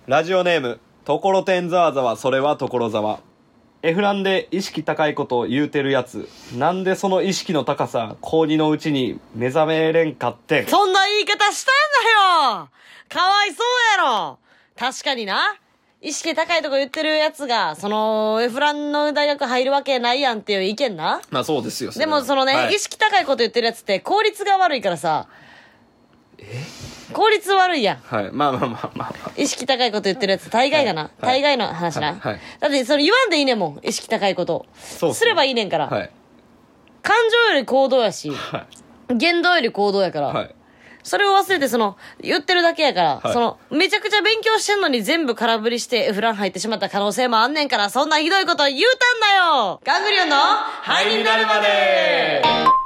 ラジオネームところてんざわざわそれは所沢。エフランで意識高いことを言うてるやつ、なんでその意識の高さ高2のうちに目覚めれんかってん。 そんな言い方したんだよ。かわいそうやろ。確かにな、意識高いとこ言ってるやつがそのエフランの大学入るわけないやんっていう意見な。 まあそうですよ。 でもそのね、 はい、 意識高いこと言ってるやつって効率が悪いからさ。効率悪いやん。 はい、まあまあまあまあ、まあ、 意識高いこと言ってるやつ大概がな、大概の話な、 はい、 だってそれ言わんでいいねんもん。意識高いことそうすればいいねんから、 はい、 感情より行動やし、 はい、 言動より行動やから、 はい、 それを忘れて言ってるだけやから、 はい、 そのめちゃくちゃ勉強してんのに全部空振りしてフラン入ってしまった可能性もあんねんから、そんなひどいこと言うたんだよ。ガングリオンの灰になるまで。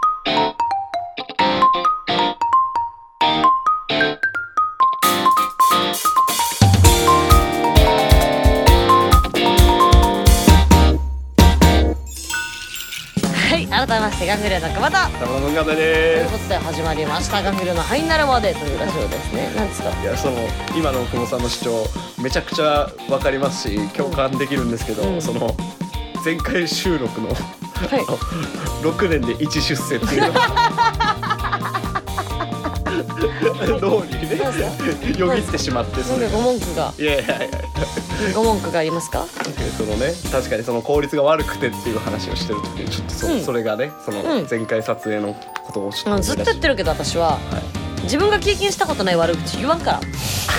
はい、改めましてガングリオンの熊田田村文化財といでうことで始まりましたガングリオンの灰になるまでというラジオですね。なんですか。 す。いや、その今の久保さんの主張めちゃくちゃわかりますし共感できるんですけど、その前回収録の、 はい、 6年で1出世っていうの通りねよぎってしまって、 なんでご文句がいやいやいや、 ご文句がありますか。 そのね、確かにその効率が悪くてっていう話をしてる時にちょっとそれがね、その前回撮影のことをちょっとずっと言ってるけど私は、自分が経験したことない悪口言わんから。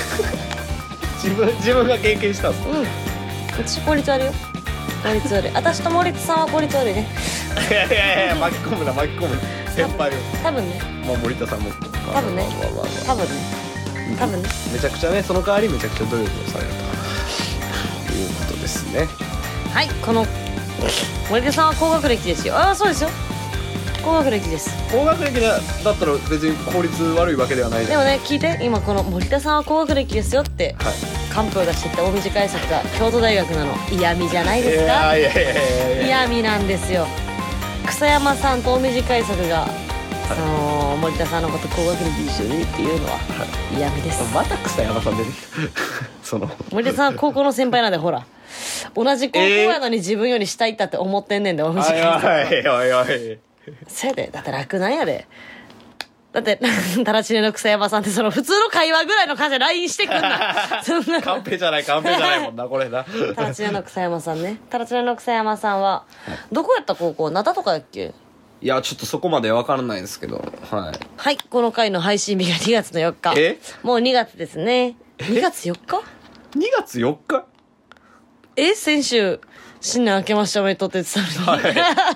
自分が経験したんですか。 私効率悪いよ。効率悪い。私と森田さんは効率悪いね。 いやいやいや、巻き込むな先輩を。 多分ね。 まあ森田さんも多分ね。多分ね。 めちゃくちゃね、その代わりめちゃくちゃ努力をされるということですね。 はい、この森田さんは高学歴ですよ。ああ、そうですよ。高学歴です。 高学歴だったら別に効率悪いわけではないじゃん。 でもね、聞いて、今この森田さんは高学歴ですよってカンプが知った大短い作が京都大学なの。嫌味じゃないですか。 いや嫌味なんですよ。草山さんと大短い作がその森田さんのこと高学歴一緒にっていうのは嫌味です。 また草山さん出てきたその森田さんは高校の先輩なんで、ほら同じ高校やのに自分より下行ったって思ってんねんで、大短い作は。 おいせやで、だって楽なんやで。だってタラチネの草山さんってその普通の会話ぐらいの感じで LINE してくんな。そんなカンペじゃないもんなこれな。 タラチネの草山さんね。タラチネの草山さんはどこやった高校？灘とかやっけ？ いや、ちょっとそこまで分からないんですけど、はい。 はい、この回の配信日が2月の4日。もう2月ですね。2月4日？ 2月4日？ 先週新年明けましておめでとうって言ってたのに。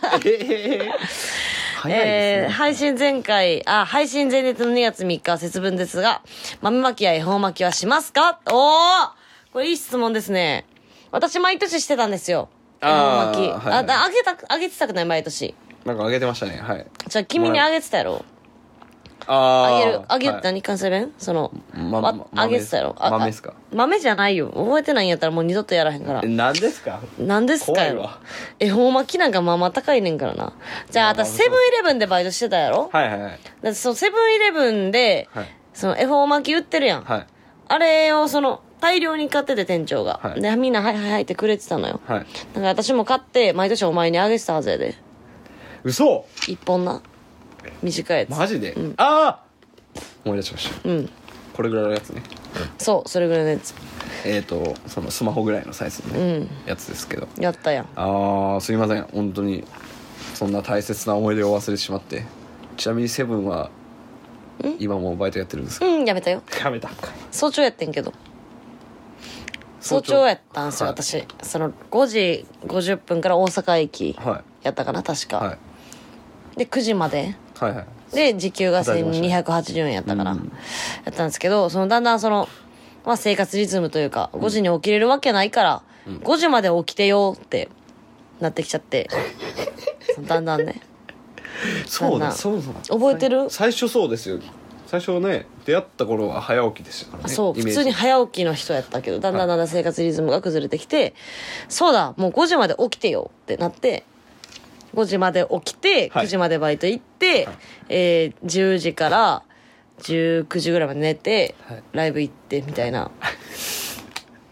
早いですね。 配信前日の2月3日は節分ですが、豆まきや恵方巻きはしますか？これいい質問ですね。私毎年してたんですよ。恵方巻き。あげてたくない？毎年。 なんかあげてましたね。はい。 じゃあ君にあげてたやろ。あげるって何関西弁？その、あげてたやろ。 豆ですか？ 豆じゃないよ。覚えてないんやったらもう二度とやらへんから。 何ですか？ 何ですかよ。恵方巻きなんかまあまあ高いねんからな。じゃあ私セブンイレブンでバイトしてたやろ。 はい。 だってそのセブンイレブンで、その恵方巻き売ってるやん。あれを大量に買ってて店長が。で、みんなはいってくれてたのよ。だから私も買って毎年お前にあげてたはずやで。 嘘？ 一本な。短いやつ。 マジで？思い出しました。これぐらいのやつね。 そう、それぐらいのやつ。 そのスマホぐらいのサイズのね、やつですけど。 やったやん。 すいません、本当にそんな大切な思い出を忘れてしまって。ちなみにセブンは今もうバイトやってるんですか？ やめたよ。 やめた。 早朝やってんけど。早朝やったんすよ、私。その5時50分から大阪駅やったかな、確か。で、9時まで。で、時給が1280円やったかな。やったんですけど、だんだん生活リズムというか、5時に起きれるわけないから、5時まで起きてよってなってきちゃって、だんだんね。 そう覚えてる？ 最初そうですよ。最初ね、出会った頃は早起きでしたからね。 そう、普通に早起きの人やったけど、だんだん生活リズムが崩れてきて、そうだ、もう5時まで起きてよってなって、5時まで起きて、9時までバイト行って、10時から19時ぐらいまで寝て、ライブ行ってみたいな。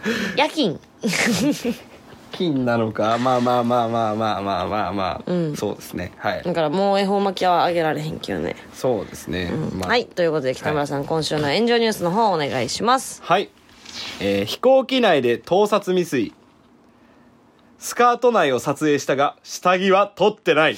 夜勤金なのか、まあまあまあまあまあまあまあまあ、 うん、 そうですね。はい。 だからもう恵方巻きはあげられへんけどね。 そうですね。まあ、 はい、ということで北村さん、今週の炎上ニュースの方お願いします。 はい。飛行機内で盗撮未遂。スカート内を撮影したが下着は撮ってない。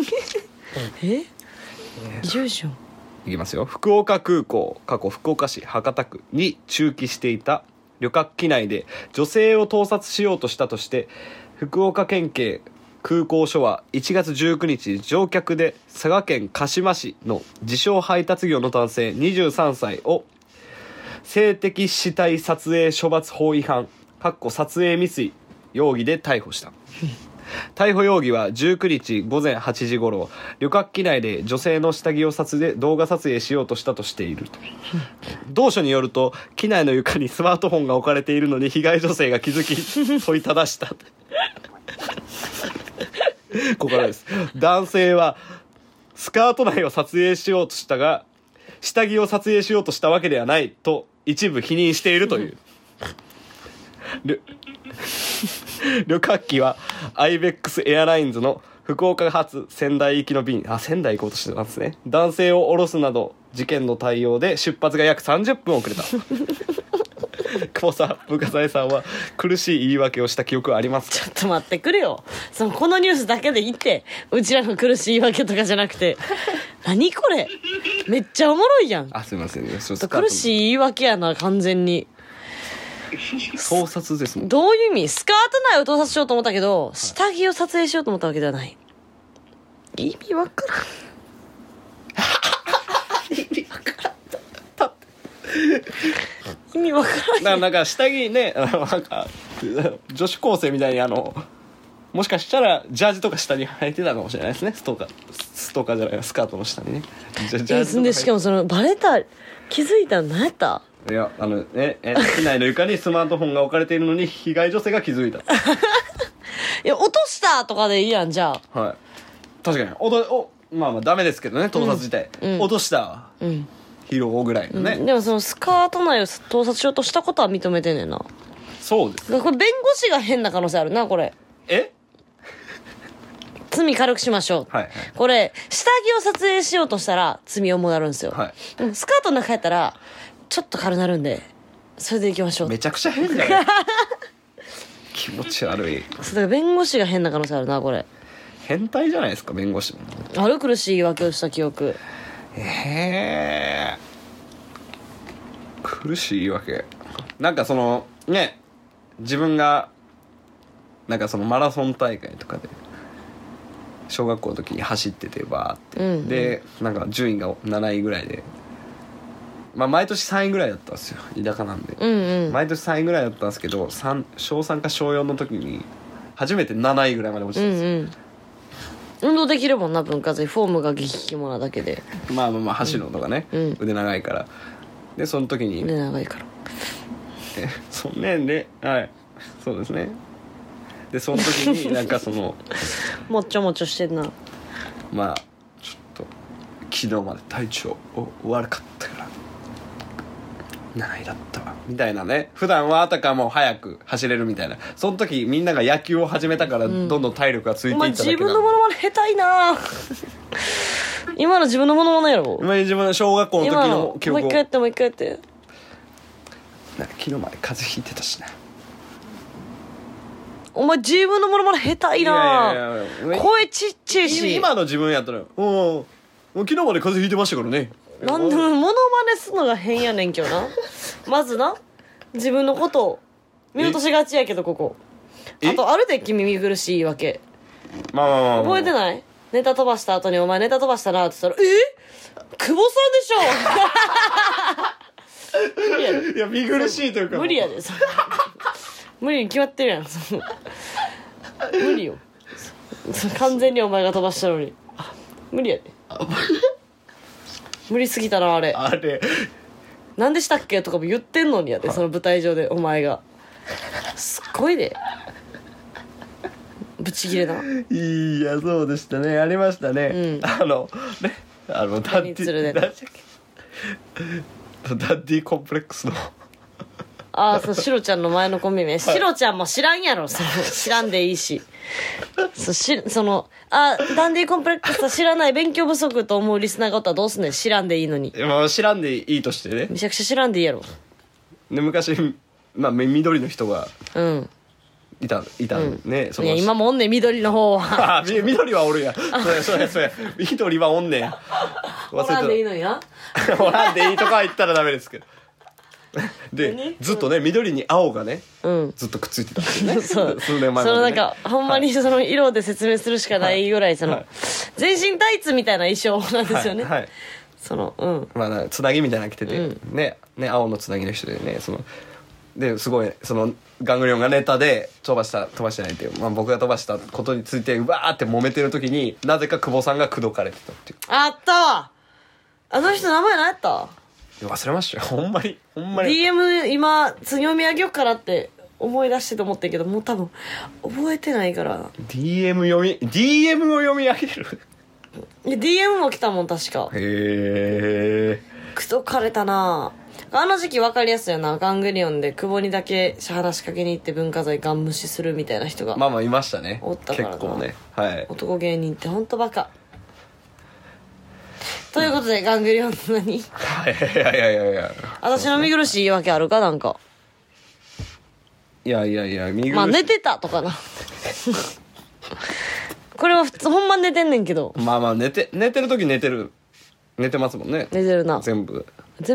住所いきますよ。福岡空港過去福岡市博多区に駐機していた旅客機内で女性を盗撮しようとしたとして福岡県警空港署は1月19日乗客で佐賀県鹿島市の自称配達業の男性23歳を性的姿態撮影処罰法違反撮影未遂容疑で逮捕した。逮捕容疑は19日午前8時頃旅客機内で女性の下着を動画撮影しようとしたとしていると。同署によると機内の床にスマートフォンが置かれているのに被害女性が気づき問いただした。ここからです。男性はスカート内を撮影しようとしたが下着を撮影しようとしたわけではないと一部否認しているという。旅客機はアイベックスエアラインズの福岡発仙台行きの便、仙台行こうとしてたんですね。男性を降ろすなど事件の対応で出発が約30分遅れた。久保さん、文化財さんは苦しい言い訳をした記憶はありますか？ ちょっと待ってくれよ。このニュースだけで言って、うちらの苦しい言い訳とかじゃなくて何これめっちゃおもろいやん。 すいませんね。 苦しい言い訳やな、完全に。 盗撮ですもん。 どういう意味？スカート内を盗撮しようと思ったけど、下着を撮影しようと思ったわけではない。意味わからん。意味わからん。意味わからん。 なんか下着ね、なんか女子高生みたいにもしかしたらジャージとか下に履いてたかもしれないですね。ストーカーじゃない、スカートの下にね。 ジャージでしかもバレた、気づいたの何やった？ いや機内の床にスマートフォンが置かれているのに被害女性が気づいた。いや、落としたとかでいいやん。じゃあ、 はい、確かにまあまあダメですけどね、盗撮自体、落とした拾おうぐらいのね、 でもスカート内を盗撮しようとしたことは認めてんねんな。 そうです。 これ弁護士が変な可能性あるな、これ。罪軽くしましょう、 はいはい、 これ下着を撮影しようとしたら罪重なるんですよ、 はい、 でもスカートの中やったらちょっと軽なるんでそれでいきましょう。 めちゃくちゃ変だよ。気持ち悪い。 だから弁護士が変な可能性あるな、これ。 変態じゃないですか、弁護士も。 ある、苦しい言い訳をした記憶。 苦しい言い訳。なんか自分がなんかマラソン大会とかで小学校の時に走っててバーって、でなんか順位が7位ぐらいで、まあ毎年3位ぐらいだったんですよ、田舎なんで、毎年3位ぐらいだったんですけど、小3か小4の時に初めて7位ぐらいまで落ちたんですよ、 運動できるもんな、文化財。フォームが激キモなだけで。 まあ走るのとかね、腕長いから。でその時に腕長いからそうね、はい、そうですね。でその時になんかもっちょもちょしてんな。 まあちょっと昨日まで体調悪かったから7位だったわみたいなね。普段はあたかも早く走れるみたいな。その時みんなが野球を始めたからどんどん体力がついていっただけな、 お前自分のモノマネ下手いな。今の自分のモノマネやろ。 今自分の小学校の時の記憶をもう一回やって、もう一回やって。 なんか昨日まで風邪ひいてたしな。 お前自分のモノマネ下手いな。声ちっちゃいし。 今の自分やったらもう昨日まで風邪ひいてましたからね。 なんでモノマネすんのが変やねんけどな。まずな、自分のことを見落としがちやけど、ここあとあるで、君見苦しい言い訳。 まあ覚えてない？ネタ飛ばした後にお前ネタ飛ばしたなって言ったら、久保さんでしょ。無理やで。 いや見苦しいというか無理やで。無理に決まってるやん。無理よ。完全にお前が飛ばしたのに無理やで。無理すぎたな、あれ。なんでしたっけとかも言ってんのにやで、その舞台上でお前が。すっごいで。ブチギレな。 いやそうでしたね、ありましたね、ダッディコンプレックスのああ、そう、シロちゃんの前のコンビ名。シロちゃんも知らんやろ、知らんでいいし。ダンディコンプレックスは知らない、勉強不足と思うリスナーがおったらどうすんねん、知らんでいいのに。 まあ知らんでいいとしてね。 めちゃくちゃ知らんでいいやろ。 で昔、まあ、緑の人がいたね。 いや、今もおんねん、緑の方は。 緑はおるやん。そうや。緑はおんねんや。 おらんでいいのにな。 おらんでいいとかは言ったらダメですけど。でずっとね、緑に青がね、ずっとくっついてたんですね。数年前までね。 なんかほんまにその色で説明するしかないぐらい、全身タイツみたいな衣装なんですよね。はい。 まあつなぎみたいなの着てて、ね青のつなぎの人でね、ですごいガングリオンがネタで飛ばしてないっていう、まあ、僕が飛ばしたことについてうわーって揉めてる時になぜか久保さんが口説かれてたっていう。 あったわ、あの人名前何やった？ 忘れましたよ、ほんまに DM 今読み上げようかなって思い出してと思ってんけど、もう多分覚えてないから。 DM を読み上げる DM も来たもん確か。 へえ。 口説かれたなあの時期分かりやすいよな。ガングリオンで久保にだけ話しかけに行って文化財ガン無視するみたいな人がまあいましたね。 おったからな、 結構ね。はい。 男芸人ってほんとバカということで、ガングリオンの何？いや私の見苦しい言い訳あるか？なんかいや見苦しい。 まあ寝てたとかなこれは普通ほんま寝てんねんけど。 まあ寝てる時寝てますもんね。 寝てるな。 全部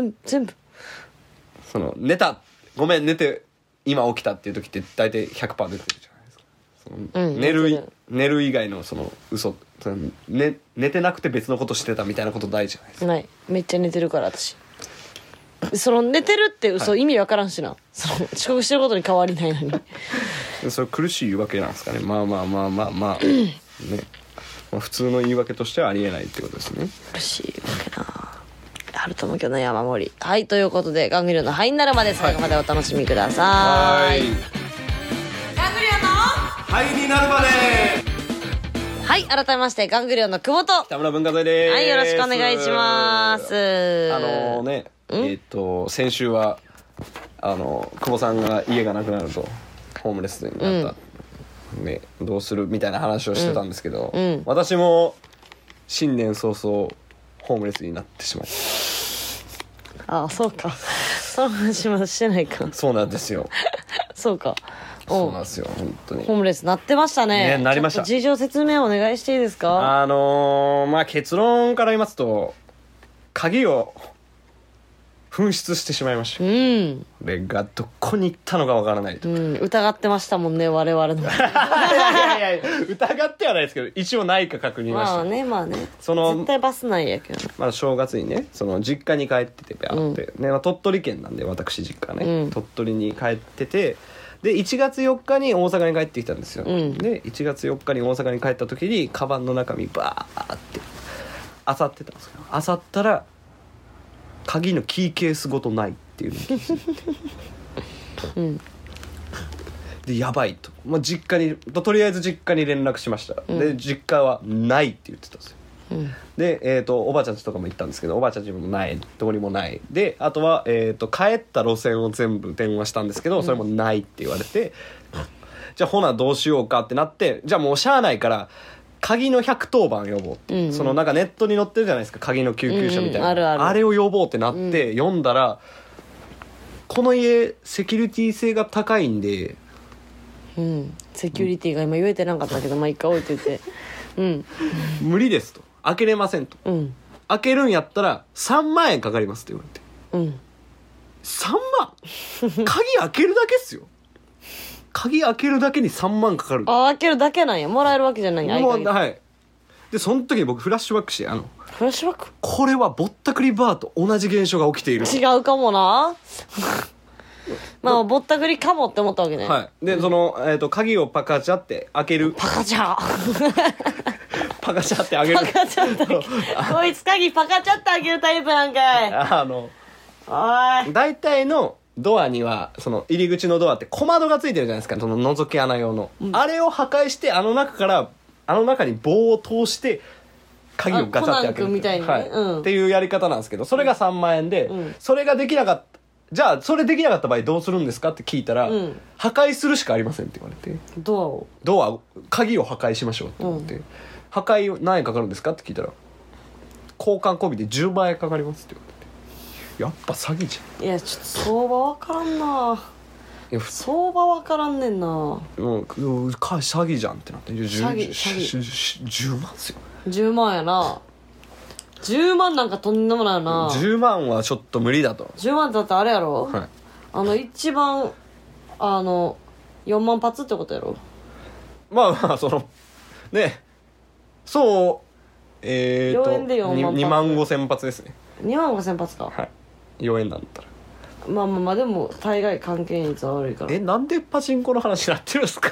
寝た、ごめん寝て今起きたっていう時って大体 100% 出てるじゃないですか。寝る以外の嘘、寝てなくて別のことしてたみたいなことないじゃないですか。 ない。めっちゃ寝てるから私。寝てるって嘘、意味わからんしな。遅刻してることに変わりないのにそれ苦しい言い訳なんですかね。まあね、普通の言い訳としてはありえないってことですね。 苦しい言い訳なあると思うけどな、山盛り。はい、ということでガングリオンの灰になるまで最後までお楽しみください。ガングリオンの灰になるまで。 はい、改めましてガングリオンの久保と北村文化財です。 はい、よろしくお願いします。 先週は久保さんが家がなくなるとホームレスになった、ね、どうするみたいな話をしてたんですけど、私も新年早々ホームレスになってしまい。 ああ、そうか。その話まだしてないか。 そうなんですよそうか。 そうなんですよ、本当にホームレスなってましたね。 なりました。 事情説明お願いしていいですか？ まあ結論から言いますと、鍵を紛失してしまいました。でどこに行ったのかわからないと。 疑ってましたもんね、我々の。いや疑ってはないですけど、一応ないか確認はした。 まあね絶対バス内やけど。 まあ正月にね、実家に帰っててビャーってね、鳥取県なんで私実家ね、鳥取に帰ってて、で1月4日に大阪に帰ってきたんですよ。で1月4日に大阪に帰った時にカバンの中身バーって漁ってたんですよ。漁ったら鍵のキーケースごとないっていうのでやばいと、実家にとりあえず実家に連絡しました。で実家はないって言ってたんですよ。で、おばあちゃんちとかも行ったんですけど、おばあちゃんちもない、どこにもない。であとは、帰った路線を全部電話したんですけど、それもないって言われて、じゃあほなどうしようかってなって、じゃあもうしゃあないから鍵の110番呼ぼう、なんかネットに載ってるじゃないですか、鍵の救急車みたいな、あれを呼ぼうってなって、呼んだら、この家セキュリティ性が高いんで、 セキュリティが今言えてなかったけど、まあ一回置いてて、 無理ですと、開けれませんと、開けるんやったら3万円かかりますって言われて、3万鍵開けるだけっすよ。鍵開けるだけに3万かかる。 開けるだけなんや、もらえるわけじゃないんや。 はい。でその時に僕フラッシュバックして、 フラッシュバック、 これはぼったくりバーと同じ現象が起きている。 違うかもなまあぼったくりかもって思ったわけね。 はい。で鍵をパカチャって開ける。 パカチャパカチャって開ける。 パカチャってこいつ鍵パカチャって開けるタイプなんかい。おい、 大体のドアには入り口のドアって小窓がついてるじゃないですか、覗き穴用の、あれを破壊して中に棒を通して鍵をガチャって開ける、 コナン君みたいにね、 っていうやり方なんですけど、それが3万円で、それができなかったじゃあそれできなかった場合どうするんですかって聞いたら、破壊するしかありませんって言われて、 ドア鍵を破壊しましょうって言って、破壊何円かかるんですかって聞いたら、交換込みで10万円かかりますって言われて、やっぱ詐欺じゃん。 いやちょっと相場分からんな、相場分からんねんな。 詐欺じゃんってなって、10万っすよ。 10万やな。10万なんかとんでもないよな。 10万はちょっと無理だと。 10万だってあれやろ、はい、一番4万発ってことやろ。 まあそのね、そう 4円で4万発、 2万5千発ですね。 2万5千発か。 はい、4円なんだったらまあでも大概関係率は悪いから。 なんでパチンコの話になってるんですか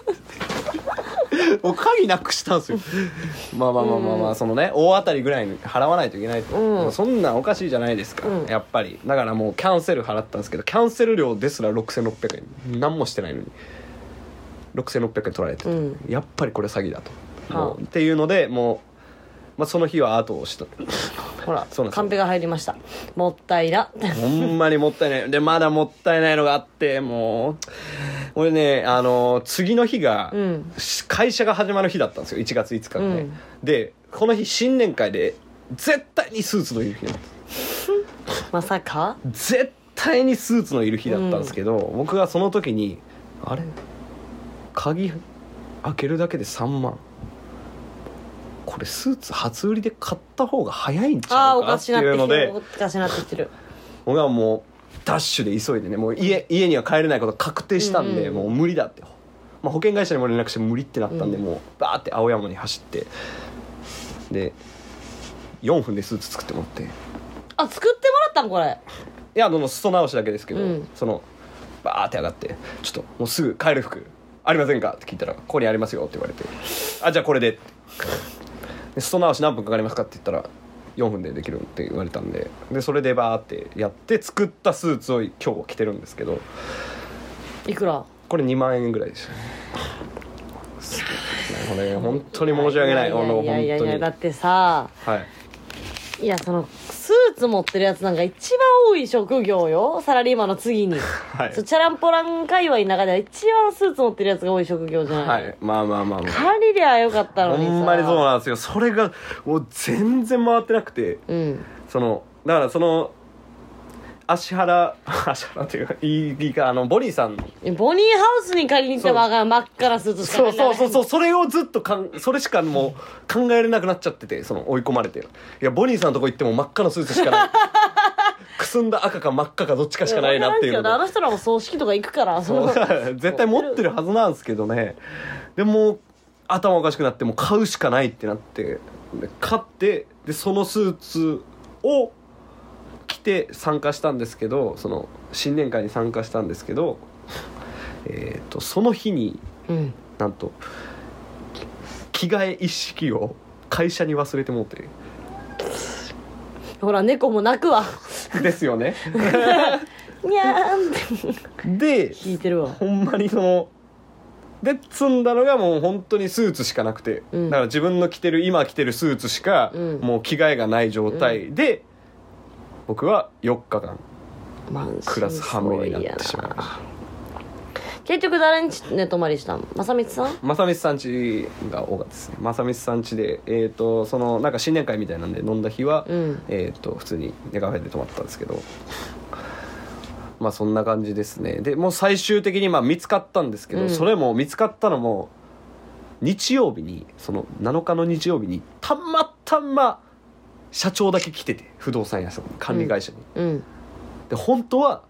もう鍵なくしたんですよ。まあそのね、大当たりぐらいに払わないといけないと、そんなんおかしいじゃないですか、やっぱり。だからもうキャンセル払ったんですけど、キャンセル料ですら6600円、何もしてないのに6600円取られてて、やっぱりこれ詐欺だと、もうっていうので、もう、その日は後をした。 ほらカンペが入りました。もったいなほんまにもったいない。でまだもったいないのがあって、もう俺ね、次の日が、会社が始まる日だったんですよ、1月5日がね、でこの日新年会で絶対にスーツのいる日なんですまさか絶対にスーツのいる日だったんですけど、僕がその時にあれ鍵開けるだけで3万、これスーツ初売りで買った方が早いんちゃうかっていうので、 おかしなってきてる。 僕はもうダッシュで急いでね、もう家には帰れないこと確定したんで、もう無理だって、保険会社にも連絡して無理ってなったんで、もうバーって青山に走って、で4分でスーツ作ってもらって。 作ってもらったんこれ。 いや裾直しだけですけど、そのバーって上がって、ちょっともうすぐ買える服ありませんかって聞いたら、ここにありますよって言われて、じゃあこれで裾直し何分かかりますかって言ったら4分でできるって言われたんで、それでバーってやって作ったスーツを今日は着てるんですけど、 いくら？ これ2万円ぐらいですよね。本当に申し訳ない。 いやだってさ、いやそのスーツ持ってるやつなんか一番多い職業よ、サラリーマンの次に、チャランポラン界隈の中では一番スーツ持ってるやつが多い職業じゃない。まあ借りりゃよかったのにさ。 ほんまにそうなんですよ。それがもう全然回ってなくて、だからその芦原っていうかいいか、ボニーさん、 ボニーハウスに借りに行っても真っ赤なスーツしか借りない。 そうそれをずっとそれしかもう考えれなくなっちゃってて、追い込まれて、いやボニーさんのとこ行っても真っ赤なスーツしかないくすんだ赤か真っ赤かどっちかしかないなっていうので、 あの人らも葬式とか行くから絶対持ってるはずなんですけどね。でも頭おかしくなって、もう買うしかないってなって、買って、でそのスーツを着て参加したんですけど、その新年会に参加したんですけど、その日に、なんと着替え一式を会社に忘れてもうて、 ほら猫も泣くわですよねにゃーんで聞いてるわ。 ほんまにで積んだのがもう本当にスーツしかなくて、だから自分の今着てるスーツしか、もう着替えがない状態で、僕は4日間クラス半目になってしまいました。 結局誰に寝泊まりしたん？正光さん？ 正光さん家が多かったですね。正光さん家で、そのなんか新年会みたいなんで飲んだ日は、普通にネカフェで泊まったんですけど、そんな感じですね。でもう最終的に見つかったんですけど、それも見つかったのも日曜日に、その7日の日曜日にたまたま社長だけ来てて、不動産屋さん管理会社に、で本当は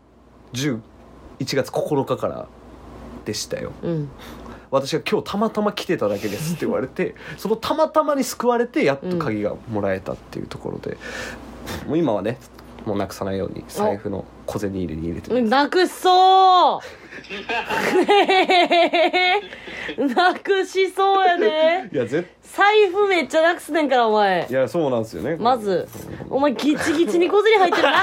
1月9日からでしたよ、私が今日たまたま来てただけですって言われてそのたまたまに救われてやっと鍵がもらえたっていうところで、もう今はね、もうなくさないように財布の小銭入れに入れてます。 なくそうなくしそうやで。 いや財布めっちゃなくすねんからお前。 いやそうなんですよね。 まずお前ギチギチに小銭入ってる、なく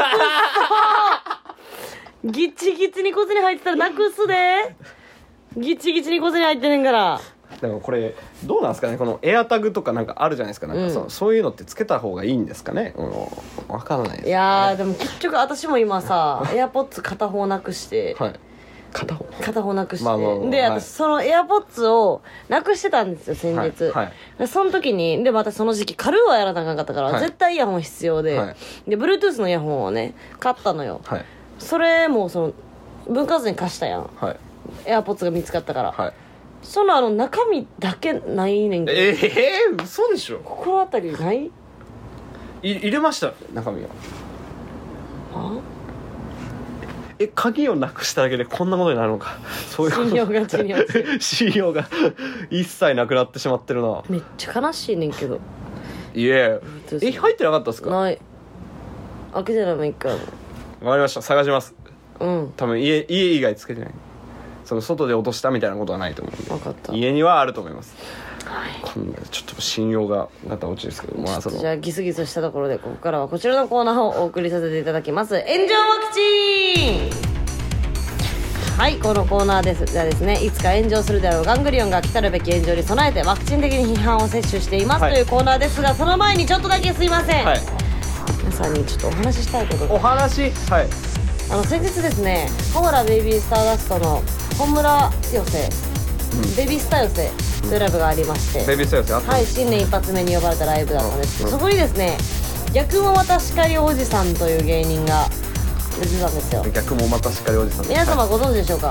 そうギチギチに小銭入ってたらなくすで。ギチギチに小銭入ってんねんから。 でもこれどうなんですかね、このエアタグとかなんかあるじゃないですか、なんかそういうのってつけた方がいいんですかね、分からないですね。 いやーでも結局私も今さエアポッツ片方なくして、 はい、片方なくして、 まあまあまあで、 はい私そのエアポッツをなくしてたんですよ先日、 はいでその時にでまたその時期カルーアやらなあかんかったから、 はい絶対イヤホン必要で、 はいで Bluetooth のイヤホンをね買ったのよ、 はいそれもその文化財に貸したやん、 はいエアポッツが見つかったから、 はい。 その中身だけないねんけど、 嘘でしょ。 心当たりない入れました中身は。 あ鍵をなくしただけでこんなことになるのか。そういうこと。 信用が地に落ちる信用が一切なくなってしまってるな。 めっちゃ悲しいねんけど。 いえ入ってなかったですか。 ない開けてないもん一回も。 わかりました、探します。 うん、 多分家以外つけてない、その外で落としたみたいなことはないと思う。 分かった。 家にはあると思います。 はい、 こんなちょっと信用がガタ落ちですけど、まあそのじゃあギスギスしたところでここからはこちらのコーナーをお送りさせていただきます。炎上ワクチン。はい、このコーナーですではですね、いつか炎上するであろうガングリオンが来たるべき炎上に備えてワクチン的に批判を接種しています、 はい、 というコーナーですが、その前にちょっとだけすいません、 はい、 皆さんにちょっとお話ししたいことが。 お話、はい、 先日ですね、ホムラベイビースターダストのホムラ寄せ、ベビースター寄せというライブがありまして、 ベビースター寄せあった、 はい、新年一発目に呼ばれたライブだったんですけど、そこにですね、逆もまたしかりおじさんという芸人が出てたんですよ。 逆もまたしかりおじさん、 皆様ご存知でしょうか、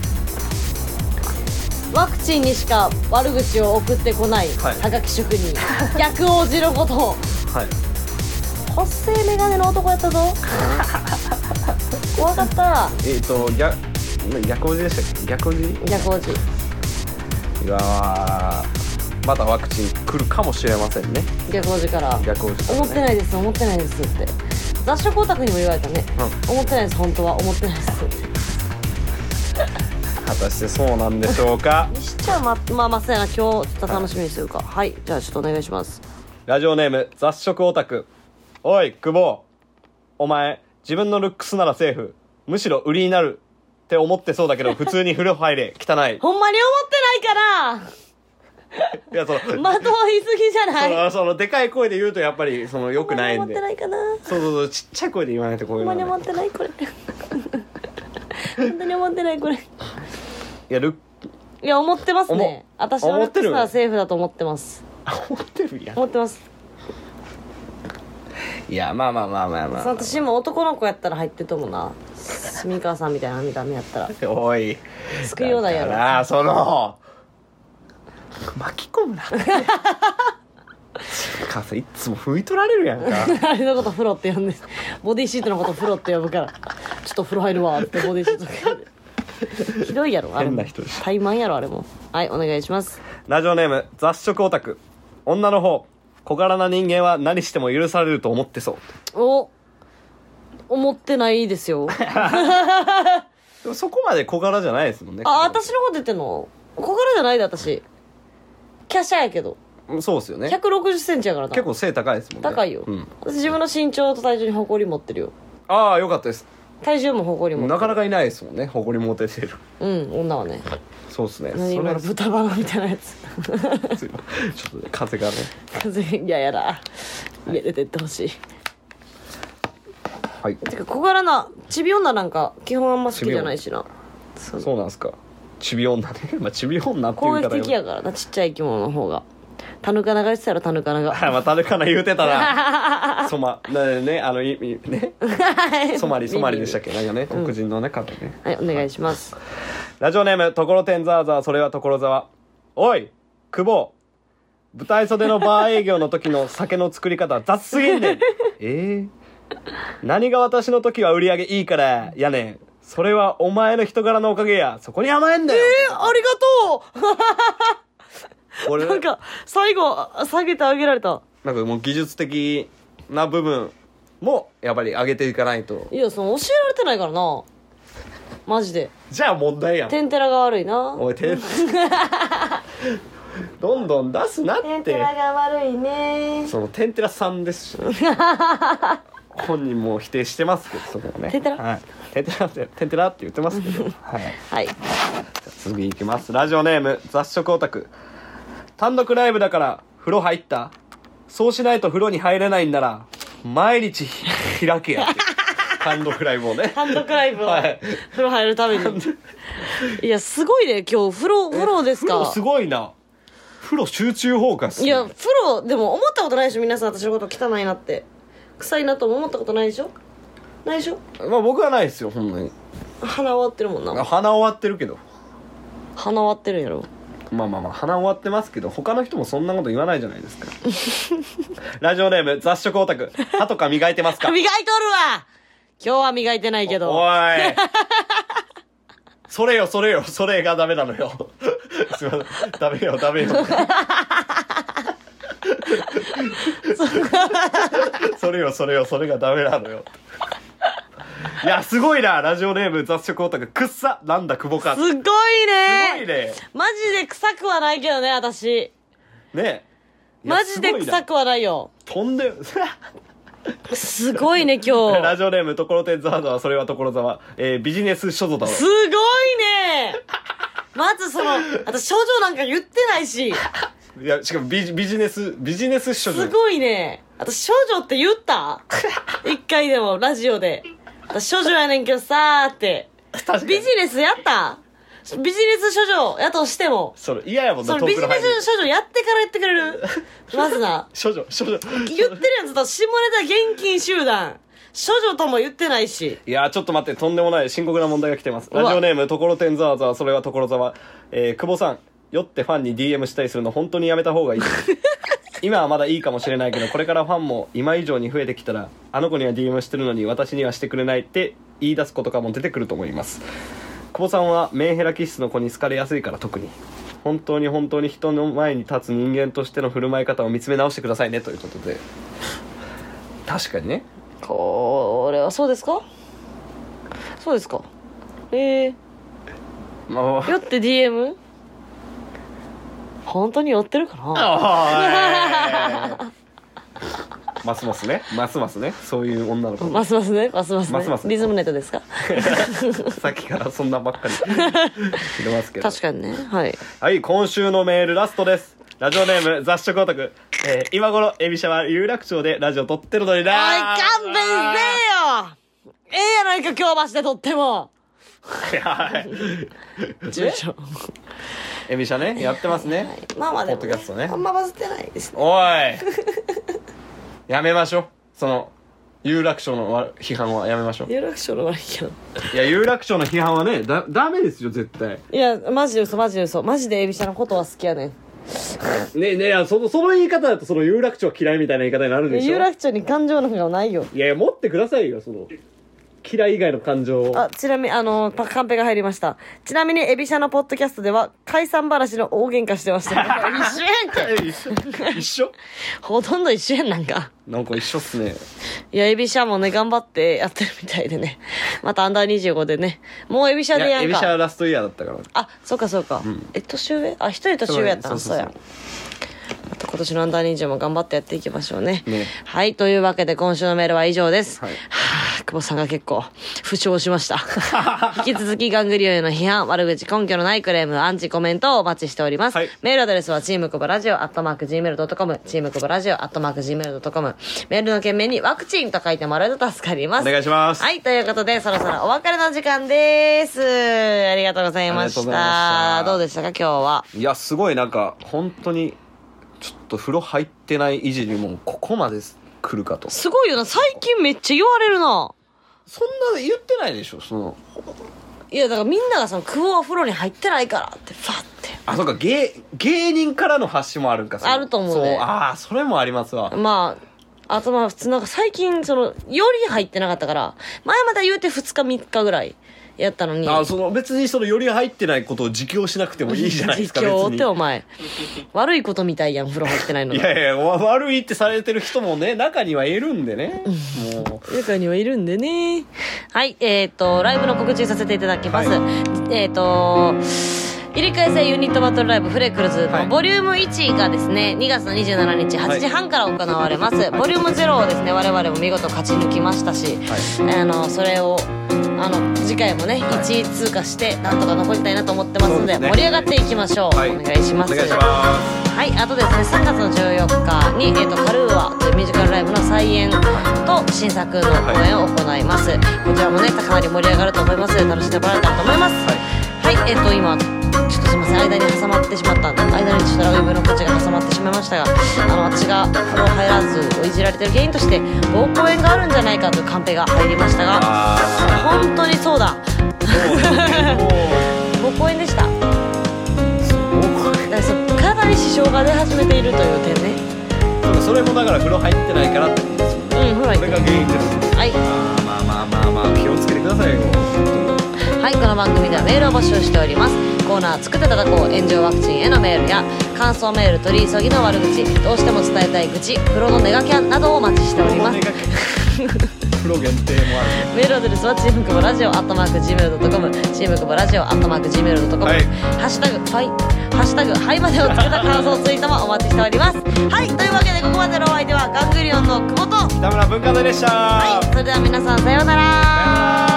ワクチンにしか悪口を送ってこないはがき職人、逆王子のことを、 はい、 補正メガネの男やったぞ怖かった。 逆おじでしたっけ。逆おじいやー、またワクチン来るかもしれませんね。 逆おじから、 逆おじから、ね、 思ってないです思ってないですって雑食オタクにも言われたね、思ってないです本当は思ってないですって果たしてそうなんでしょうか。 にしちゃまあそうやな、今日ちょっと楽しみにするか。はい、じゃあちょっとお願いします。 ラジオネーム雑食オタク。おい久保、お前自分のルックスならセーフ、むしろ売りになるって思ってそうだけど普通に風呂入れ汚いほんまに思ってないかいやそのなまといすぎじゃない。 そのでかい声で言うとやっぱりその良くないんで、 ほんまに思ってないかな。 そうちっちゃい声で言わないとこういうの、ね、 ほんまに思ってないこれ本当に思ってないこれ。いや思ってますね。私のルックスはセーフだと思ってます。 思ってるやん。 思ってます。 いやまあ私も男の子やったら入ってると思うな。住川さんみたいな見た目やったらおい救いようないやろ。 ああその巻き込むな母さんいつも拭い取られるやんかあれのこと風呂って呼んで、ボディシートのこと風呂って呼ぶから、ちょっと風呂入るわってボディシートかけてひどいやろあれも。 変な人です。 怠慢やろあれも。はい、お願いします。 ラジオネーム雑食オタク。女の方、小柄な人間は何しても許されると思ってそう。 思ってないですよでもそこまで小柄じゃないですもんね。 私のこと言ってんの小柄じゃないで、私華奢やけど。 そうですよね。 160センチやからな。 結構背高いですもんね。 高いよ、私自分の身長と体重に誇り持ってるよ。 ああよかったです。 体重も誇り持ってる。 なかなかいないですもんね、誇り持ててる。 女はね。 そうですね。 今の豚バラみたいなやつちょっと風がね。 風嫌やだ。家出てってほしい。 はい。 てか小柄なちび女なんか基本あんま好きじゃないしな。 そうなんですか。ちび女ね。まあちび女っていう攻撃的やからな、ちっちゃい生き物の方が。タヌカナが言ってたらタヌカナが。 まあタヌカナ言うてたら。ねソマリでしたっけ、なんかね、黒人のね方ね。 はい、お願いします。 ラジオネームところてんざーざー、それは所沢。おい久保、舞台袖のバー営業の時の酒の作り方雑すぎんねん何が私の時は売り上げいいからやねん、それはお前の人柄のおかげや、そこに甘えんだよ。 ありがとうなんか最後下げてあげられた。 なんかもう技術的な部分もやっぱり上げていかないと。 いや、教えられてないからなマジで。 じゃあ問題やん。 テンテラが悪いな。 おいどんどん出すなって。 テンテラが悪いね。 そのテンテラさんですし、 本人も否定してますけど、そこはね。 てんてら、 はい、てんてらって言ってますけどはい、 はい、 次いきます。ラジオネーム雑食オタク。単独ライブだから風呂入った？そうしないと風呂に入れないんなら毎日開けやって単独ライブをね。 単独ライブを、はい、風呂入るために。いやすごいね今日風呂ですか。 風呂すごいな。風呂集中放火っすね。 いや風呂でも思ったことないでしょ皆さん。私のこと汚いなって臭いなとも思ったことないでしょ。ないでしょ。 まあ僕はないですよほんまに。 鼻終わってるもんな。 鼻終わってるけど。 鼻終わってるんやろ。 まあ鼻終わってますけど他の人もそんなこと言わないじゃないですか。ラジオネーム雑食オタク。歯とか磨いてますか？ 磨いとるわ。今日は磨いてないけど。 おいそれがダメなのよ。すいません、ダメよそれがダメなのよ。いやすごいな。ラジオネーム雑食オタク。くっさなんだ久保か。 すごいね。マジで臭くはないけどね私ね。マジで臭くはないよ。 とんですごいね今日。 ラジオネームところてんざわざわそれは所沢、ビジネス所蔵だろ。 すごいね。まず私症状なんか言ってないし。いやしかもビジネス症状。 すごいね。私症状って言った一回でもラジオで私症状やねんけどさーって。ビジネスやった？ビジネス処女やとしてもそれ嫌やもんな。 ビジネス処女やってから言ってくれる。まずな処女言ってるやん。ずっと下ネタ現金集団処女とも言ってないし。 いやちょっと待って、とんでもない深刻な問題が来てます。ラジオネームところてんざわざわそれは所沢、久保さん酔ってファンに DM したりするの本当にやめた方がいい。今はまだいいかもしれないけどこれからファンも今以上に増えてきたらあの子には DM してるのに私にはしてくれないって言い出す子とかも出てくると思います。久保さんはメンヘラ気質の子に好かれやすいから特に本当に人の前に立つ人間としての振る舞い方を見つめ直してくださいねということで。確かにね。 これはそうですか。そうですか。酔って DM？ 本当に酔ってるかな。 ますますねそういう女の子ますますねリズムネタですか。 さっきからそんなばっかり言ってますけど。 確かにね。はいはい、今週のメールラストです。ラジオネーム雑食オタク。今頃エビシャは有楽町でラジオ撮ってるのにな。 おい勘弁せよ。やないか京橋で撮っても。 エビシャねやってますね、はい、 まあでも、ね、 ポッドキャストねあんまバズってないですね。 おいやめましょう。有楽町の批判はやめましょう。 有楽町の悪いけど。 いや有楽町の批判はねダメですよ絶対。 いやマジで嘘マジでエビシャのことは好きやねん。 ねえその言い方だと有楽町嫌いみたいな言い方になるでしょ。 有楽町に感情なんかないよ。 いや持ってくださいよ嫌い以外の感情を。 ちなみにカンペが入りました。ちなみにエビシャのポッドキャストでは解散話の大喧嘩してました。一緒やんけ。 一緒ほとんど一緒やん。なんか一緒っすね。 いやエビシャもね頑張ってやってるみたいでね。またアンダー25でねもうエビシャでやんか。 エビシャラストイヤーだったから。 そうか、うん、年上一人年上やったの。そうや。また今年のアンダー20も頑張ってやっていきましょうね。はい、というわけで今週のメールは以上です。はい、久保さんが結構負傷しました。引き続きガングリオンへの批判、悪口、根拠のないクレーム、アンチコメントをお待ちしております。はい、メールアドレスはチームクボラジオ@gmail.com、チームクボラジオ@gmail.com、メールの件名にワクチンと書いてもらえると助かります。 お願いします。 はい、ということでそろそろお別れの時間です。ありがとうございました。どうでしたか今日は。いやすごい本当にちょっと風呂入ってないいじりもここまで来るかと。 すごいよな。最近めっちゃ言われるな。 そんな言ってないでしょいやだからみんなが久保は風呂に入ってないからってファってそうか芸人からの発信もあるんか。 あると思うね。 それもありますわ。 あと普通最近より入ってなかったから前まで言うて2日3日ぐらいやったのに。 別により入ってないことを自供しなくてもいいじゃないですか。 自供ってお前悪いことみたいやん風呂入ってないの。 いや悪いってされてる人もね中にはいるんでね。もう中にはいるんでね。はいライブの告知させていただきます。はい、 入れ替え制ユニットバトルライブフレクルズのボリューム1がですね2月の27日8時半から行われます、ボリューム0をですね我々も見事勝ち抜きましたし、それを次回もね1位通過してなんとか残りたいなと思ってますので、盛り上がっていきましょう、お願いします。はい、あとですね3月の14日に、カルーアというミュージカルライブの再演と新作の公演を行います。こちらもねかなり盛り上がると思います。楽しんでもらえたらと思います。はい、今ちょっとすいません、間に挟まってしまったんで、間にちょっとラグビーのコーチが挟まってしまいましたが、私が風呂入らずをいじられてる原因として膀胱炎があるんじゃないかというカンペが入りましたが、本当にそうだ膀胱炎でした。体に支障が出始めているという点ね。 それもだから風呂入ってないからってことですよね。風呂入ってない、それが原因です。はい、まあ気をつけてくださいよ。 はい、この番組ではメールを募集しております。コーナー作って叩こう炎上ワクチンへのメールや感想メール、取り急ぎの悪口、どうしても伝えたい愚痴、プロのネガキャンなどをお待ちしております。 プロ限定もある。 メールアドレスはチームクボラジオ@gmail.com、チームクボラジオ@gmail.com、ハッシュタグハイまでをつけた感想ツイートもお待ちしております。はい、というわけでここまでのお相手はガングリオンの久保と北村文化財でした。 はい、それでは皆さんさようなら。